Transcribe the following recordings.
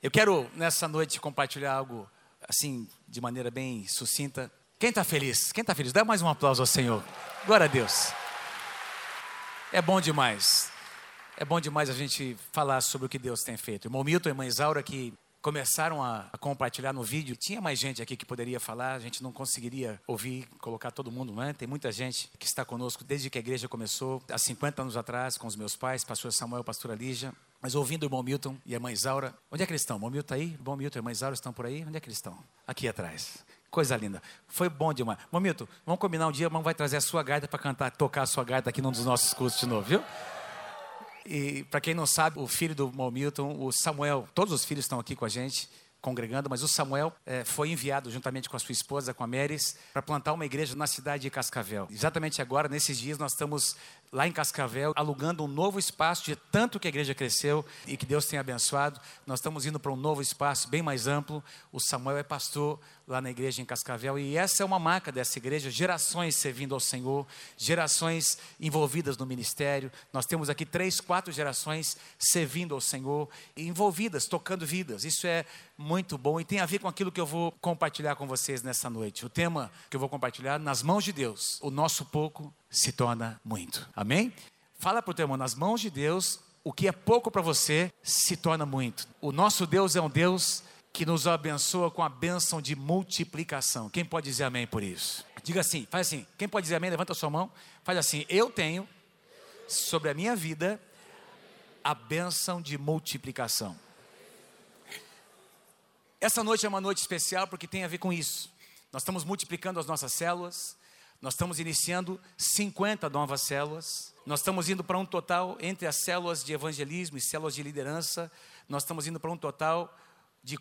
Eu quero, nessa noite, compartilhar algo, assim, de maneira bem sucinta. Quem está feliz? Quem está feliz? Dá mais um aplauso ao Senhor. Glória a Deus. É bom demais. É bom demais a gente falar sobre o que Deus tem feito. Irmão Milton e irmã Isaura, que começaram a compartilhar no vídeo. Tinha mais gente aqui que poderia falar, a gente não conseguiria ouvir, colocar todo mundo, não é? Tem muita gente que está conosco desde que a igreja começou, há 50 anos atrás, com os meus pais, pastor Samuel, pastora Lígia. Mas ouvindo o irmão Milton e a irmã Isaura, onde é que eles estão? O irmão Milton está aí? O irmão Milton e a irmã Isaura estão por aí? Onde é que eles estão? Aqui atrás. Coisa linda. Foi bom demais. Irmão Milton, vamos combinar um dia, o irmão vai trazer a sua gaita para cantar, tocar a sua gaita aqui num dos nossos cursos de novo, viu? E para quem não sabe, o filho do irmão Milton, o Samuel, todos os filhos estão aqui com a gente, congregando, mas o Samuel foi enviado juntamente com a sua esposa, com a Meris, para plantar uma igreja na cidade de Cascavel. Exatamente agora, nesses dias, nós estamos lá em Cascavel, alugando um novo espaço, de tanto que a igreja cresceu e que Deus tem abençoado. Nós estamos indo para um novo espaço, bem mais amplo. O Samuel é pastor lá na igreja em Cascavel, e essa é uma marca dessa igreja, gerações servindo ao Senhor, gerações envolvidas no ministério. Nós temos aqui 3, 4 gerações servindo ao Senhor, envolvidas, tocando vidas. Isso é muito bom e tem a ver com aquilo que eu vou compartilhar com vocês nessa noite. O tema que eu vou compartilhar: nas mãos de Deus, o nosso pouco se torna muito. Amém? Fala para o teu irmão: nas mãos de Deus, o que é pouco para você se torna muito. O nosso Deus é um Deus que nos abençoa com a bênção de multiplicação. Quem pode dizer amém por isso? Diga assim, faz assim. Quem pode dizer amém? Levanta a sua mão. Faz assim: eu tenho sobre a minha vida a bênção de multiplicação. Essa noite é uma noite especial porque tem a ver com isso. Nós estamos multiplicando as nossas células. Nós estamos iniciando 50 novas células. Nós estamos indo para um total, entre as células de evangelismo e células de liderança, nós estamos indo para um total de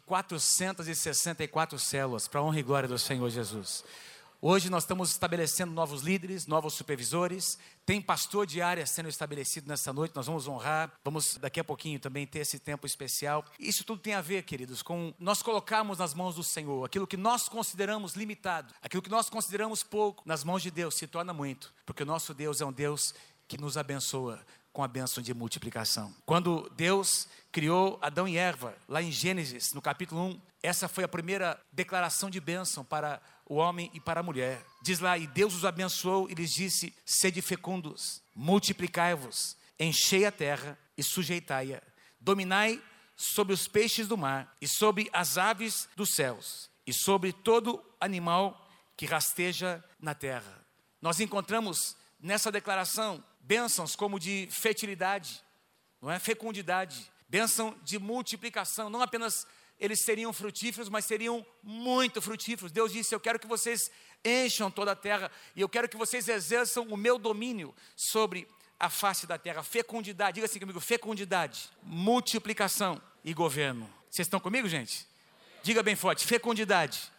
464 células, para a honra e glória do Senhor Jesus. Hoje nós estamos estabelecendo novos líderes, novos supervisores. Tem pastor de área sendo estabelecido nessa noite. Nós vamos honrar, vamos daqui a pouquinho também ter esse tempo especial. Isso tudo tem a ver, queridos, com nós colocarmos nas mãos do Senhor aquilo que nós consideramos limitado, aquilo que nós consideramos pouco, nas mãos de Deus se torna muito, porque o nosso Deus é um Deus que nos abençoa com a bênção de multiplicação. Quando Deus criou Adão e Eva, lá em Gênesis, no capítulo 1, essa foi a primeira declaração de bênção para o homem e para a mulher. Diz lá: e Deus os abençoou e lhes disse: sede fecundos, multiplicai-vos, enchei a terra e sujeitai-a, dominai sobre os peixes do mar e sobre as aves dos céus e sobre todo animal que rasteja na terra. Nós encontramos nessa declaração bênçãos como de fertilidade, não é? Fecundidade, bênção de multiplicação. Não apenas eles seriam frutíferos, mas seriam muito frutíferos. Deus disse: eu quero que vocês encham toda a terra e eu quero que vocês exerçam o meu domínio sobre a face da terra. Fecundidade, diga assim comigo: fecundidade, multiplicação e governo. Vocês estão comigo, gente? Diga bem forte: fecundidade,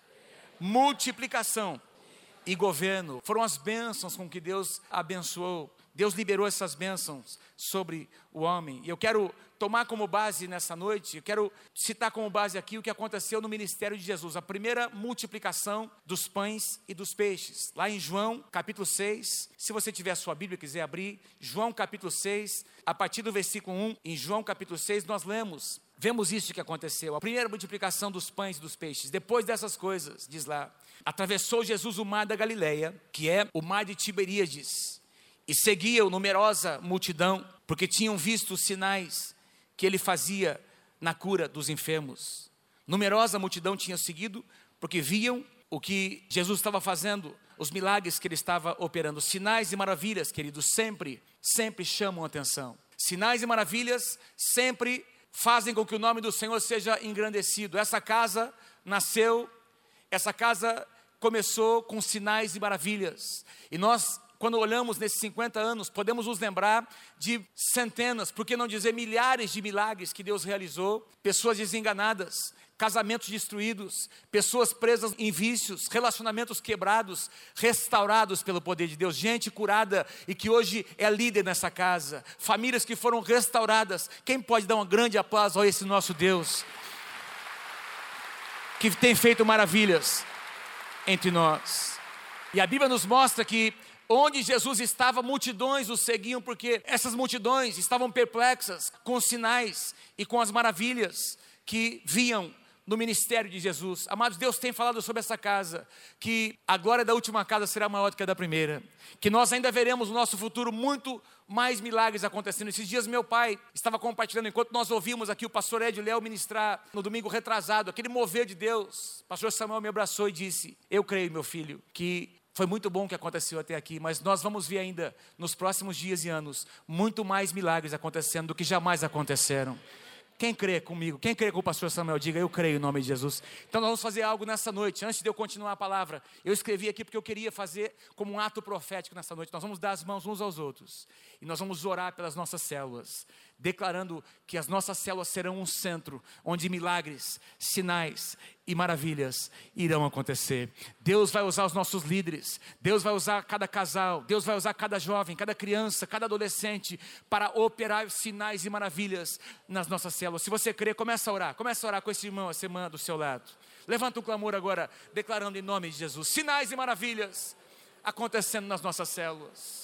multiplicação e governo. Foram as bênçãos com que Deus abençoou. Deus liberou essas bênçãos sobre o homem. E eu quero tomar como base nessa noite, eu quero citar como base aqui o que aconteceu no ministério de Jesus. A primeira multiplicação dos pães e dos peixes. Lá em João, capítulo 6. Se você tiver a sua Bíblia e quiser abrir, João capítulo 6, a partir do versículo 1, em João capítulo 6, nós vemos isso que aconteceu. A primeira multiplicação dos pães e dos peixes. Depois dessas coisas, diz lá: atravessou Jesus o mar da Galileia, que é o mar de Tiberíades, e seguia-o numerosa multidão, porque tinham visto os sinais que ele fazia na cura dos enfermos. Numerosa multidão tinha seguido, porque viam o que Jesus estava fazendo, os milagres que ele estava operando. Sinais e maravilhas, queridos, sempre chamam a atenção. Sinais e maravilhas sempre fazem com que o nome do Senhor seja engrandecido. Essa casa começou com sinais e maravilhas. E nós, quando olhamos nesses 50 anos, podemos nos lembrar de centenas, por que não dizer milhares de milagres que Deus realizou. Pessoas desenganadas, casamentos destruídos, pessoas presas em vícios, relacionamentos quebrados, restaurados pelo poder de Deus, gente curada e que hoje é líder nessa casa, famílias que foram restauradas. Quem pode dar um grande aplauso a esse nosso Deus, que tem feito maravilhas entre nós? E a Bíblia nos mostra que onde Jesus estava, multidões o seguiam, porque essas multidões estavam perplexas com os sinais e com as maravilhas que viam no ministério de Jesus. Amados, Deus tem falado sobre essa casa, que a glória da última casa será maior do que a da primeira, que nós ainda veremos no nosso futuro muito mais milagres acontecendo. Esses dias meu pai estava compartilhando, enquanto nós ouvimos aqui o pastor Ed Léo ministrar no domingo retrasado, aquele mover de Deus, o pastor Samuel me abraçou e disse: eu creio, meu filho, que foi muito bom o que aconteceu até aqui, mas nós vamos ver ainda nos próximos dias e anos muito mais milagres acontecendo do que jamais aconteceram. Quem crê comigo? Quem crê com o pastor Samuel? Diga: eu creio, em nome de Jesus. Então nós vamos fazer algo nessa noite. Antes de eu continuar a palavra, eu escrevi aqui porque eu queria fazer como um ato profético nessa noite. Nós vamos dar as mãos uns aos outros e nós vamos orar pelas nossas células, declarando que as nossas células serão um centro onde milagres, sinais e maravilhas irão acontecer. Deus vai usar os nossos líderes, Deus vai usar cada casal, Deus vai usar cada jovem, cada criança, cada adolescente para operar sinais e maravilhas nas nossas células. Se você crer, começa a orar com esse irmão, essa irmã do seu lado. Levanta um clamor agora, declarando em nome de Jesus: sinais e maravilhas acontecendo nas nossas células.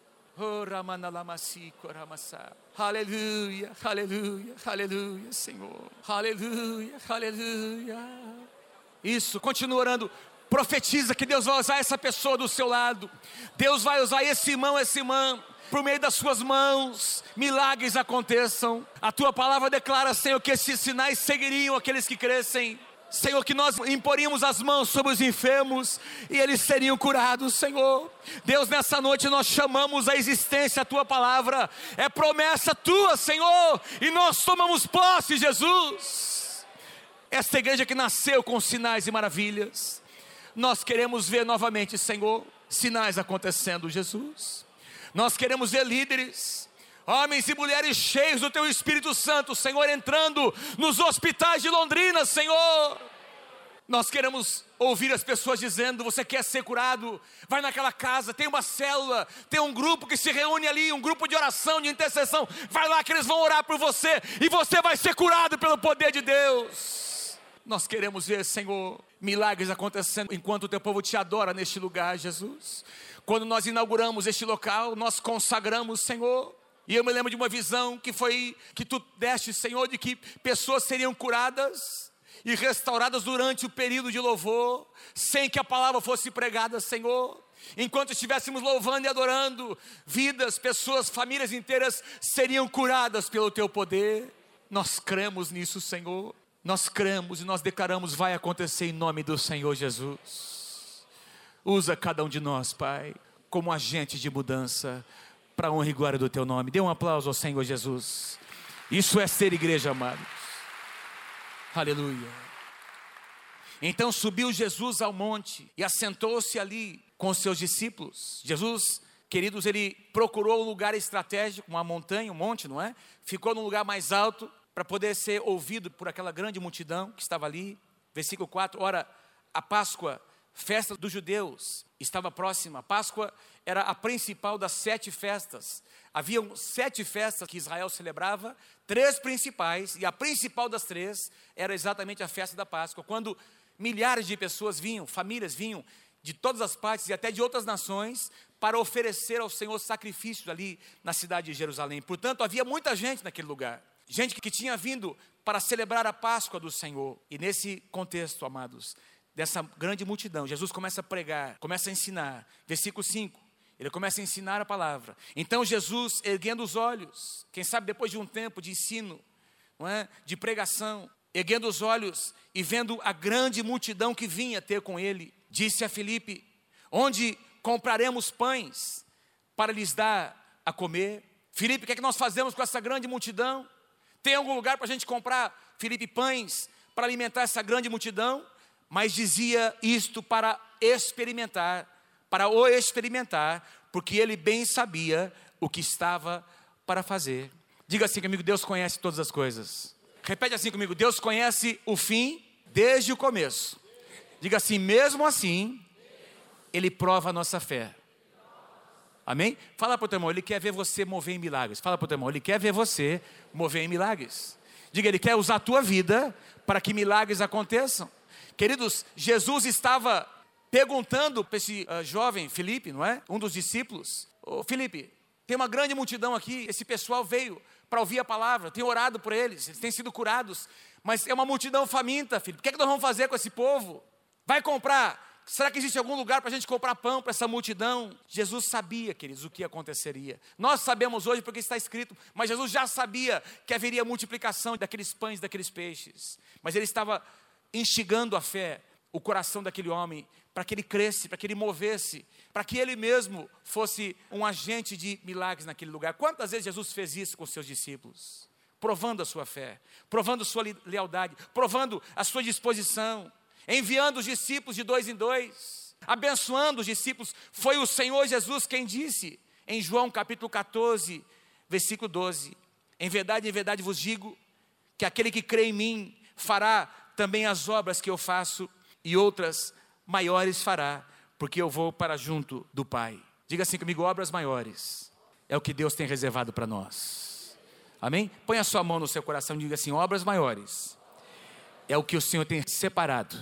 Aleluia, aleluia, aleluia, Senhor. Aleluia, aleluia. Isso, continua orando. Profetiza que Deus vai usar essa pessoa do seu lado. Deus vai usar esse irmão, essa irmã. Por meio das suas mãos, milagres aconteçam. A tua palavra declara, Senhor, que esses sinais seguiriam aqueles que crescem. Senhor, que nós imporíamos as mãos sobre os enfermos e eles seriam curados, Senhor. Deus, nessa noite nós chamamos a existência a tua palavra, é promessa tua, Senhor, e nós tomamos posse, Jesus. Esta igreja que nasceu com sinais e maravilhas, nós queremos ver novamente, Senhor, sinais acontecendo, Jesus. Nós queremos ver líderes, homens e mulheres cheios do Teu Espírito Santo, Senhor, entrando nos hospitais de Londrina, Senhor. Nós queremos ouvir as pessoas dizendo: você quer ser curado? Vai naquela casa, tem uma célula, tem um grupo que se reúne ali, um grupo de oração, de intercessão. Vai lá que eles vão orar por você e você vai ser curado pelo poder de Deus. Nós queremos ver, Senhor, milagres acontecendo enquanto o Teu povo Te adora neste lugar, Jesus. Quando nós inauguramos este local, nós consagramos, Senhor. E eu me lembro de uma visão que foi, que Tu deste, Senhor, de que pessoas seriam curadas e restauradas durante o período de louvor, sem que a palavra fosse pregada, Senhor. Enquanto estivéssemos louvando e adorando, vidas, pessoas, famílias inteiras seriam curadas pelo Teu poder. Nós cremos nisso, Senhor. Nós cremos e nós declaramos: vai acontecer em nome do Senhor Jesus. Usa cada um de nós, Pai, como agente de mudança, para a honra e glória do Teu nome. Dê um aplauso ao Senhor Jesus. Isso é ser igreja, amados. Aleluia. Então subiu Jesus ao monte e assentou-se ali com os seus discípulos. Jesus, queridos, ele procurou um lugar estratégico, uma montanha, um monte, não é? Ficou num lugar mais alto para poder ser ouvido por aquela grande multidão que estava ali. Versículo 4, ora, a Páscoa, festa dos judeus, estava próxima. A Páscoa era a principal das 7 festas. Haviam 7 festas que Israel celebrava, 3 principais, e a principal das 3 era exatamente a festa da Páscoa, quando milhares de pessoas vinham, famílias vinham de todas as partes e até de outras nações para oferecer ao Senhor sacrifícios ali na cidade de Jerusalém. Portanto, havia muita gente naquele lugar, gente que tinha vindo para celebrar a Páscoa do Senhor. E nesse contexto, amados, dessa grande multidão, Jesus começa a pregar, começa a ensinar. Versículo 5, ele começa a ensinar a palavra. Então Jesus, erguendo os olhos, quem sabe depois de um tempo de ensino, não é? De pregação, erguendo os olhos e vendo a grande multidão que vinha ter com ele, disse a Filipe: onde compraremos pães para lhes dar a comer? Filipe, o que é que nós fazemos com essa grande multidão? Tem algum lugar para a gente comprar, Filipe, pães para alimentar essa grande multidão? Mas dizia isto para experimentar, porque ele bem sabia o que estava para fazer. Diga assim comigo: Deus conhece todas as coisas. Repete assim comigo: Deus conhece o fim desde o começo. Diga assim: mesmo assim, Ele prova a nossa fé. Amém? Fala para o teu irmão: Ele quer ver você mover em milagres. Fala para o teu irmão: Ele quer ver você mover em milagres. Diga: Ele quer usar a tua vida para que milagres aconteçam. Queridos, Jesus estava perguntando para esse jovem Filipe, não é? Um dos discípulos: ô Filipe, tem uma grande multidão aqui, esse pessoal veio para ouvir a palavra, tem orado por eles têm sido curados, mas é uma multidão faminta, filho. O que é que nós vamos fazer com esse povo? Vai comprar? Será que existe algum lugar para a gente comprar pão para essa multidão? Jesus sabia, queridos, o que aconteceria. Nós sabemos hoje porque está escrito, mas Jesus já sabia que haveria multiplicação daqueles pães, daqueles peixes. Mas ele estava instigando a fé, o coração daquele homem, para que ele cresce, para que ele movesse, para que ele mesmo fosse um agente de milagres naquele lugar. Quantas vezes Jesus fez isso com os seus discípulos? Provando a sua fé, provando a sua lealdade, provando a sua disposição, enviando os discípulos de 2 em 2, abençoando os discípulos. Foi o Senhor Jesus quem disse, em João capítulo 14, versículo 12, em verdade vos digo, que aquele que crê em mim, fará também as obras que eu faço, e outras maiores fará, porque eu vou para junto do Pai. Diga assim comigo, obras maiores, é o que Deus tem reservado para nós. Amém? Põe a sua mão no seu coração e diga assim, obras maiores, é o que o Senhor tem separado,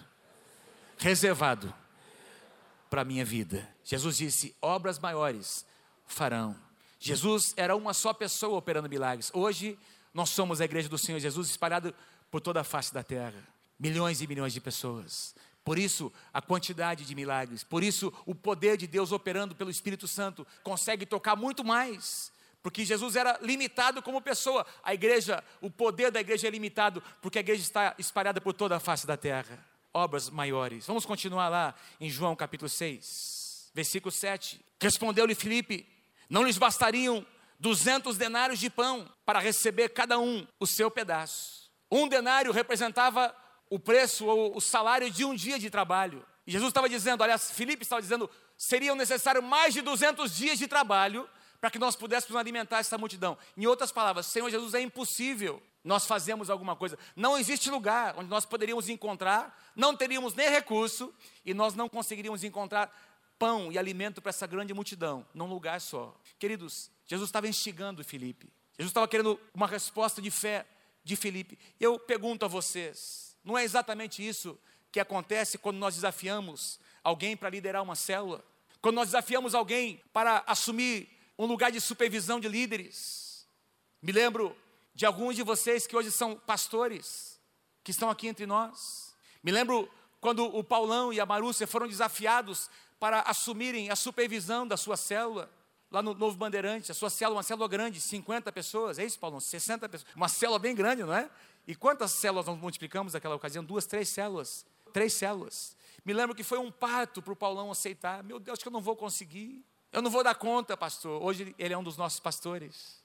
reservado para a minha vida. Jesus disse, obras maiores farão. Jesus era uma só pessoa operando milagres. Hoje, nós somos a igreja do Senhor Jesus, espalhada por toda a face da terra. Milhões e milhões de pessoas. Por isso, a quantidade de milagres. Por isso, o poder de Deus operando pelo Espírito Santo consegue tocar muito mais. Porque Jesus era limitado como pessoa. A igreja, o poder da igreja é limitado, porque a igreja está espalhada por toda a face da terra. Obras maiores. Vamos continuar lá em João capítulo 6, versículo 7. Respondeu-lhe Filipe, não lhes bastariam 200 denários de pão para receber cada um o seu pedaço. Um denário representava o preço ou o salário de um dia de trabalho. E Jesus estava dizendo, aliás, Filipe estava dizendo, seriam necessários mais de 200 dias de trabalho para que nós pudéssemos alimentar essa multidão. Em outras palavras, Senhor Jesus, é impossível nós fazermos alguma coisa. Não existe lugar onde nós poderíamos encontrar, não teríamos nem recurso, e nós não conseguiríamos encontrar pão e alimento para essa grande multidão, num lugar só. Queridos, Jesus estava instigando Filipe. Jesus estava querendo uma resposta de fé de Filipe. Eu pergunto a vocês, não é exatamente isso que acontece quando nós desafiamos alguém para liderar uma célula? Quando nós desafiamos alguém para assumir um lugar de supervisão de líderes? Me lembro de alguns de vocês que hoje são pastores, que estão aqui entre nós. Me lembro quando o Paulão e a Marúcia foram desafiados para assumirem a supervisão da sua célula, lá no Novo Bandeirante. A sua célula, uma célula grande, 50 pessoas, é isso, Paulão? 60 pessoas, uma célula bem grande, não é? E quantas células nós multiplicamos naquela ocasião? 2, 3 células, 3 células. Me lembro que foi um parto para o Paulão aceitar. Meu Deus, que eu não vou conseguir, eu não vou dar conta, pastor. Hoje ele é um dos nossos pastores.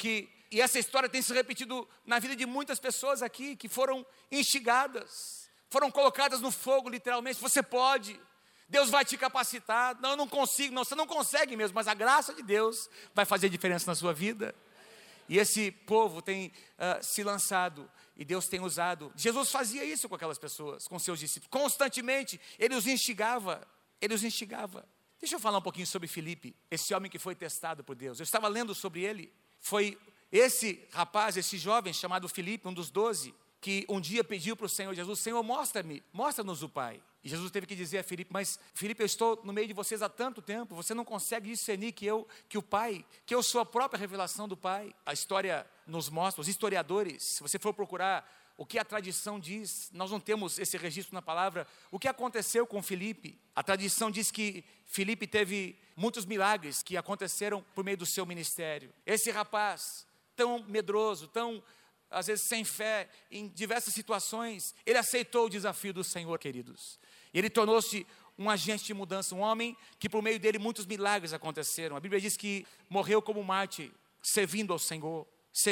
E essa história tem se repetido na vida de muitas pessoas aqui, que foram instigadas, foram colocadas no fogo, literalmente. Você pode, Deus vai te capacitar. Não, eu não consigo. Não, você não consegue mesmo, mas a graça de Deus vai fazer diferença na sua vida. E esse povo tem se lançado, e Deus tem usado. Jesus fazia isso com aquelas pessoas, com seus discípulos, constantemente. Ele os instigava, Deixa eu falar um pouquinho sobre Filipe, esse homem que foi testado por Deus. Eu estava lendo sobre ele. Foi esse rapaz, esse jovem chamado Filipe, um dos 12, que um dia pediu para o Senhor Jesus, Senhor, mostra-nos o Pai. E Jesus teve que dizer a Filipe, mas Filipe, eu estou no meio de vocês há tanto tempo, você não consegue discernir que eu sou a própria revelação do Pai. A história nos mostra, os historiadores, se você for procurar o que a tradição diz, nós não temos esse registro na palavra, o que aconteceu com Filipe. A tradição diz que Filipe teve muitos milagres que aconteceram por meio do seu ministério. Esse rapaz, tão medroso, tão, às vezes, sem fé, em diversas situações, ele aceitou o desafio do Senhor, queridos. E ele tornou-se um agente de mudança, um homem que por meio dele muitos milagres aconteceram. A Bíblia diz que morreu como mártir, servindo ao Senhor.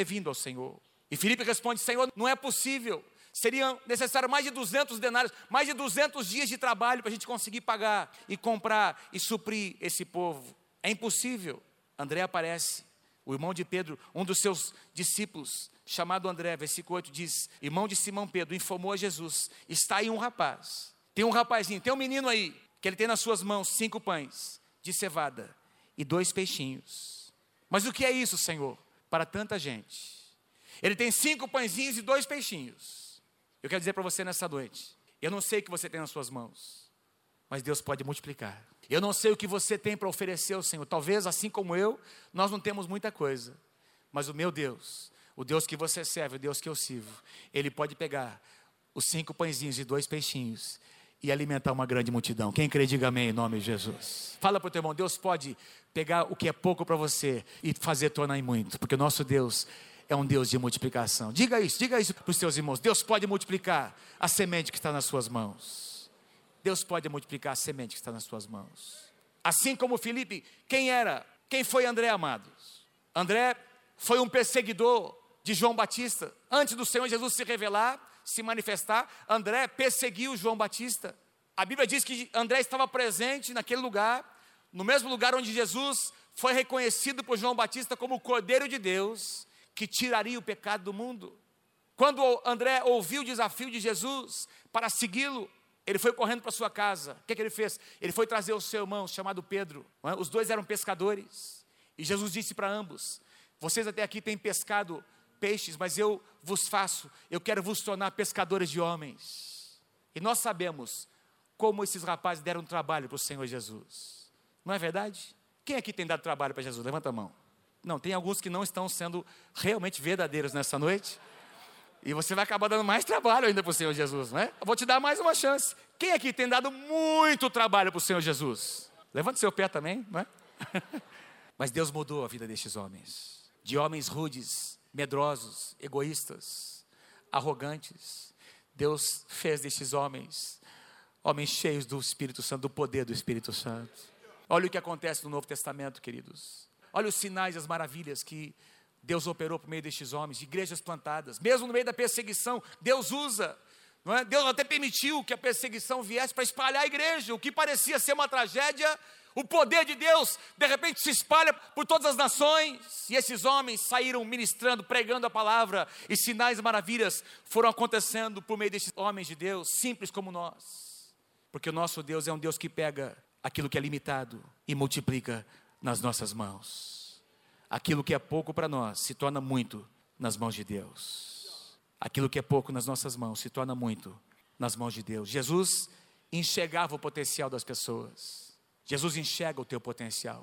E Filipe responde, Senhor, não é possível. Seriam necessários mais de 200 denários, mais de 200 dias de trabalho para a gente conseguir pagar e comprar e suprir esse povo. É impossível. André aparece, o irmão de Pedro, um dos seus discípulos, chamado André, versículo 8 diz, irmão de Simão Pedro, informou a Jesus, está aí um rapaz, tem um rapazinho, tem um menino aí, que ele tem nas suas mãos 5 pães de cevada e 2 peixinhos. Mas o que é isso, Senhor, para tanta gente? Ele tem 5 pãezinhos e 2 peixinhos. Eu quero dizer para você nessa noite, eu não sei o que você tem nas suas mãos, mas Deus pode multiplicar. Eu não sei o que você tem para oferecer ao Senhor. Talvez, assim como eu, nós não temos muita coisa, mas o meu Deus, o Deus que você serve, o Deus que eu sirvo, Ele pode pegar os 5 pãezinhos e 2 peixinhos e alimentar uma grande multidão. Quem crê, diga amém em nome de Jesus. Fala para o teu irmão, Deus pode pegar o que é pouco para você e fazer tornar em muito, porque o nosso Deus é um Deus de multiplicação. Diga isso para os teus irmãos. Deus pode multiplicar a semente que está nas suas mãos. Deus pode multiplicar a semente que está nas suas mãos. Assim como Filipe, quem foi André, amados? André foi um perseguidor de João Batista. Antes do Senhor Jesus se revelar, se manifestar, André perseguiu João Batista. A Bíblia diz que André estava presente naquele lugar, no mesmo lugar onde Jesus foi reconhecido por João Batista como o Cordeiro de Deus, que tiraria o pecado do mundo. Quando André ouviu o desafio de Jesus para segui-lo, ele foi correndo para sua casa. O que ele fez? Ele foi trazer o seu irmão chamado Pedro. Os dois eram pescadores. E Jesus disse para ambos: vocês até aqui têm pescado peixes, mas eu quero vos tornar pescadores de homens. E nós sabemos como esses rapazes deram trabalho para o Senhor Jesus. Não é verdade? Quem aqui tem dado trabalho para Jesus? Levanta a mão. Não, tem alguns que não estão sendo realmente verdadeiros nessa noite. E você vai acabar dando mais trabalho ainda para o Senhor Jesus, não é? Eu vou te dar mais uma chance. Quem aqui tem dado muito trabalho para o Senhor Jesus? Levante seu pé também, não é? Mas Deus mudou a vida destes homens. De homens rudes, medrosos, egoístas, arrogantes. Deus fez destes homens cheios do Espírito Santo, do poder do Espírito Santo. Olha o que acontece no Novo Testamento, queridos. Olha os sinais e as maravilhas que Deus operou por meio destes homens, de igrejas plantadas. Mesmo no meio da perseguição, Deus usa, não é? Deus até permitiu que a perseguição viesse para espalhar a igreja. O que parecia ser uma tragédia, o poder de Deus, de repente se espalha por todas as nações. E esses homens saíram ministrando, pregando a palavra. E sinais e maravilhas foram acontecendo por meio desses homens de Deus, simples como nós. Porque o nosso Deus é um Deus que pega aquilo que é limitado e multiplica nas nossas mãos. Aquilo que é pouco para nós se torna muito nas mãos de Deus. Aquilo que é pouco nas nossas mãos se torna muito nas mãos de Deus. Jesus enxergava o potencial das pessoas. Jesus enxerga o teu potencial.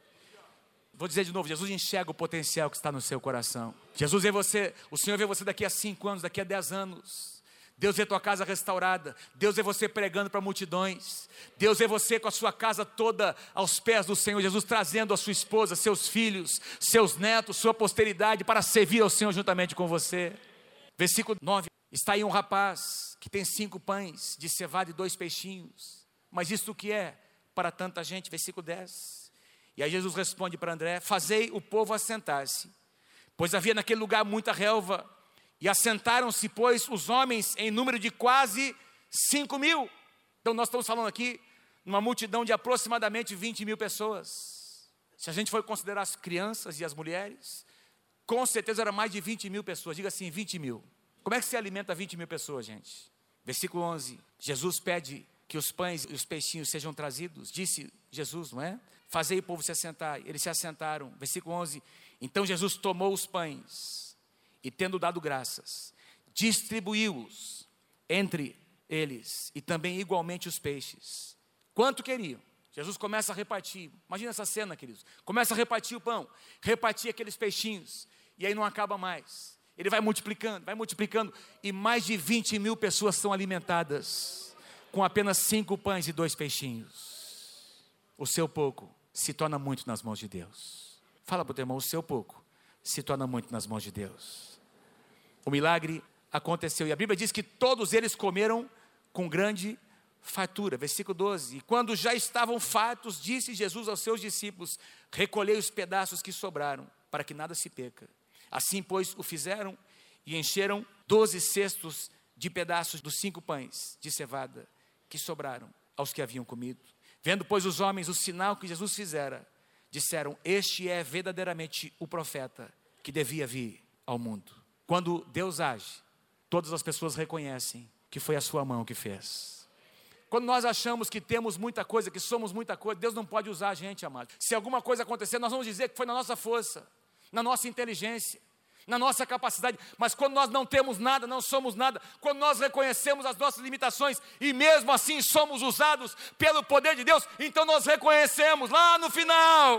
Vou dizer de novo, Jesus enxerga o potencial que está no seu coração. Jesus vê você, o Senhor vê você daqui a 5 anos, daqui a 10 anos. Deus vê tua casa restaurada. Deus vê você pregando para multidões. Deus vê você com a sua casa toda aos pés do Senhor Jesus, trazendo a sua esposa, seus filhos, seus netos, sua posteridade para servir ao Senhor juntamente com você. Versículo 9. Está aí um rapaz que tem 5 pães de cevada e 2 peixinhos. Mas isto o que é para tanta gente? Versículo 10. E aí Jesus responde para André: fazei o povo assentar-se, pois havia naquele lugar muita relva. E assentaram-se, pois, os homens em número de quase 5.000. Então nós estamos falando aqui numa multidão de aproximadamente 20.000 pessoas. Se a gente for considerar as crianças e as mulheres, com certeza era mais de 20.000 pessoas. Diga assim, 20.000. Como é que se alimenta 20.000 pessoas, gente? Versículo 11. Jesus pede que os pães e os peixinhos sejam trazidos. Disse Jesus, não é? Fazei o povo se assentar. Eles se assentaram. Versículo 11. Então Jesus tomou os pães e, tendo dado graças, distribuiu-os entre eles, e também igualmente os peixes. Quanto queriam? Jesus começa a repartir. Imagina essa cena, queridos. Começa a repartir o pão, repartir aqueles peixinhos, e aí não acaba mais. Ele vai multiplicando, e mais de 20.000 pessoas são alimentadas com apenas 5 pães e 2 peixinhos. O seu pouco se torna muito nas mãos de Deus. Fala para o teu irmão, o seu pouco se torna muito nas mãos de Deus. O milagre aconteceu, e a Bíblia diz que todos eles comeram com grande fartura. Versículo 12. E quando já estavam fartos, disse Jesus aos seus discípulos: recolhei os pedaços que sobraram, para que nada se perca. Assim, pois, o fizeram, e encheram 12 cestos de pedaços dos 5 pães de cevada que sobraram aos que haviam comido. Vendo, pois, os homens o sinal que Jesus fizera, disseram: este é verdadeiramente o profeta que devia vir ao mundo. Quando Deus age, todas as pessoas reconhecem que foi a sua mão que fez. Quando nós achamos que temos muita coisa, que somos muita coisa, Deus não pode usar a gente, amado. Se alguma coisa acontecer, nós vamos dizer que foi na nossa força, na nossa inteligência, na nossa capacidade. Mas quando nós não temos nada, não somos nada, quando nós reconhecemos as nossas limitações e mesmo assim somos usados pelo poder de Deus, então nós reconhecemos lá no final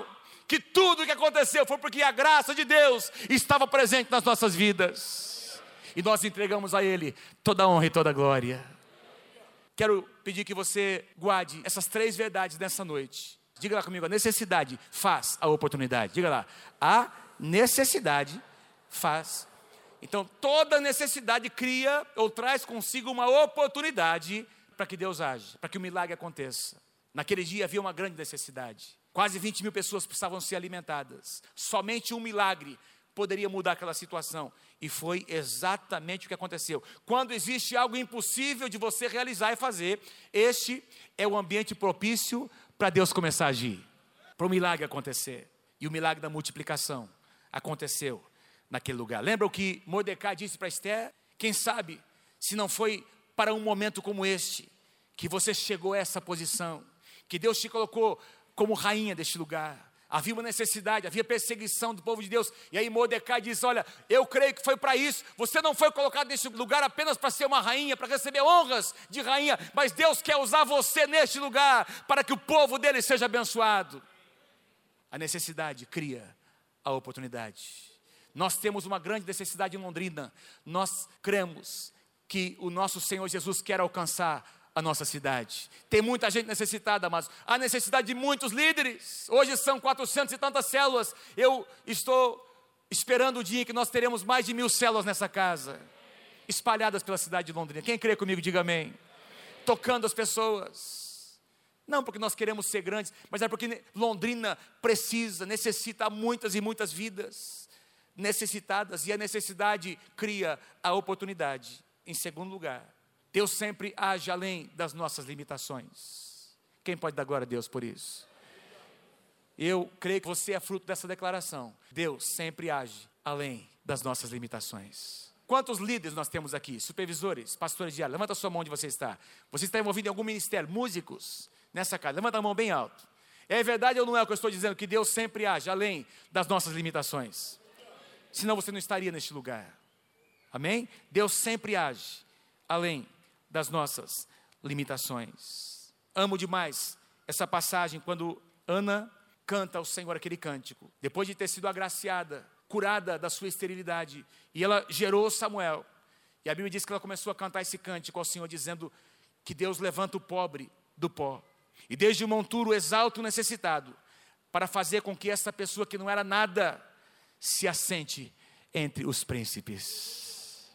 que tudo que aconteceu foi porque a graça de Deus estava presente nas nossas vidas. E nós entregamos a Ele toda a honra e toda a glória. Quero pedir que você guarde essas 3 verdades nessa noite. Diga lá comigo, a necessidade faz a oportunidade. Diga lá, a necessidade faz. Então, toda necessidade cria ou traz consigo uma oportunidade para que Deus age, para que o milagre aconteça. Naquele dia havia uma grande necessidade. Quase 20 mil pessoas precisavam ser alimentadas. Somente um milagre poderia mudar aquela situação. E foi exatamente o que aconteceu. Quando existe algo impossível de você realizar e fazer, este é o ambiente propício para Deus começar a agir, para o milagre acontecer. E o milagre da multiplicação aconteceu naquele lugar. Lembra o que Mordecai disse para Esther? Quem sabe, se não foi para um momento como este, que você chegou a essa posição, que Deus te colocou como rainha deste lugar. Havia uma necessidade, havia perseguição do povo de Deus. E aí Mordecai disse, olha, eu creio que foi para isso. Você não foi colocado neste lugar apenas para ser uma rainha, para receber honras de rainha. Mas Deus quer usar você neste lugar, para que o povo dele seja abençoado. A necessidade cria a oportunidade. Nós temos uma grande necessidade em Londrina. Nós cremos que o nosso Senhor Jesus quer alcançar a nossa cidade. Tem muita gente necessitada, mas há necessidade de muitos líderes. Hoje são 400 e tantas células. Eu estou esperando o dia em que nós teremos mais de 1000 células nessa casa, espalhadas pela cidade de Londrina. Quem crê comigo, diga amém. Tocando as pessoas. Não porque nós queremos ser grandes, mas é porque Londrina precisa, necessita muitas e muitas vidas necessitadas. E a necessidade cria a oportunidade. Em segundo lugar, Deus sempre age além das nossas limitações. Quem pode dar glória a Deus por isso? Eu creio que você é fruto dessa declaração. Deus sempre age além das nossas limitações. Quantos líderes nós temos aqui? Supervisores, pastores de área. Levanta a sua mão onde você está. Você está envolvido em algum ministério? Músicos nessa casa. Levanta a mão bem alto. É verdade ou não é o que eu estou dizendo? Que Deus sempre age além das nossas limitações. Senão você não estaria neste lugar. Amém? Deus sempre age além das nossas limitações. Amo demais essa passagem quando Ana canta ao Senhor aquele cântico. Depois de ter sido agraciada, curada da sua esterilidade, e ela gerou Samuel. E a Bíblia diz que ela começou a cantar esse cântico ao Senhor, dizendo que Deus levanta o pobre do pó. E desde o monturo exalta o necessitado, para fazer com que essa pessoa que não era nada, se assente entre os príncipes.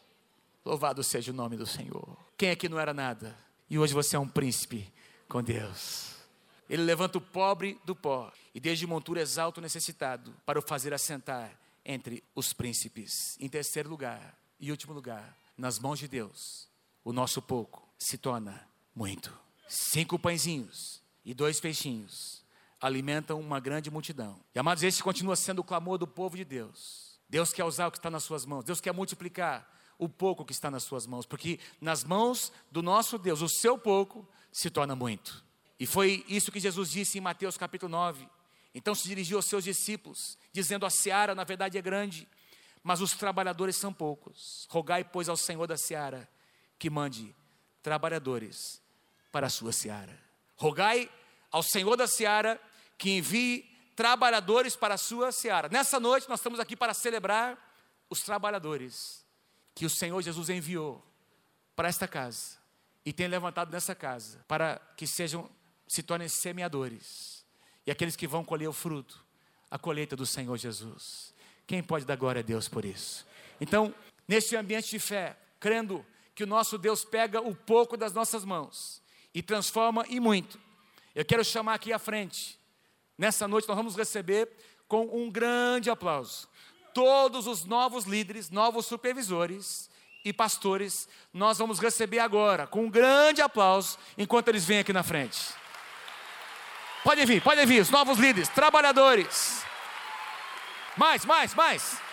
Louvado seja o nome do Senhor. Quem aqui não era nada? E hoje você é um príncipe com Deus. Ele levanta o pobre do pó. E desde montura exalta o necessitado, para o fazer assentar entre os príncipes. Em terceiro lugar e último lugar, nas mãos de Deus, o nosso pouco se torna muito. 5 pãezinhos e 2 peixinhos alimentam uma grande multidão. E amados, esse continua sendo o clamor do povo de Deus. Deus quer usar o que está nas suas mãos. Deus quer multiplicar o pouco que está nas suas mãos, porque nas mãos do nosso Deus, o seu pouco se torna muito. E foi isso que Jesus disse em Mateus capítulo 9. Então se dirigiu aos seus discípulos, dizendo: a seara na verdade é grande, mas os trabalhadores são poucos. Rogai, pois, ao Senhor da seara, que mande trabalhadores para a sua seara. Rogai ao Senhor da seara, que envie trabalhadores para a sua seara. Nessa noite nós estamos aqui para celebrar os trabalhadores que o Senhor Jesus enviou para esta casa e tem levantado nessa casa para que se tornem semeadores e aqueles que vão colher o fruto, a colheita do Senhor Jesus. Quem pode dar glória a Deus por isso? Então, neste ambiente de fé, crendo que o nosso Deus pega o pouco das nossas mãos e transforma em muito, eu quero chamar aqui à frente, nessa noite nós vamos receber com um grande aplauso todos os novos líderes, novos supervisores e pastores. Nós vamos receber agora com um grande aplauso, enquanto eles vêm aqui na frente. Podem vir, os novos líderes, trabalhadores. Mais.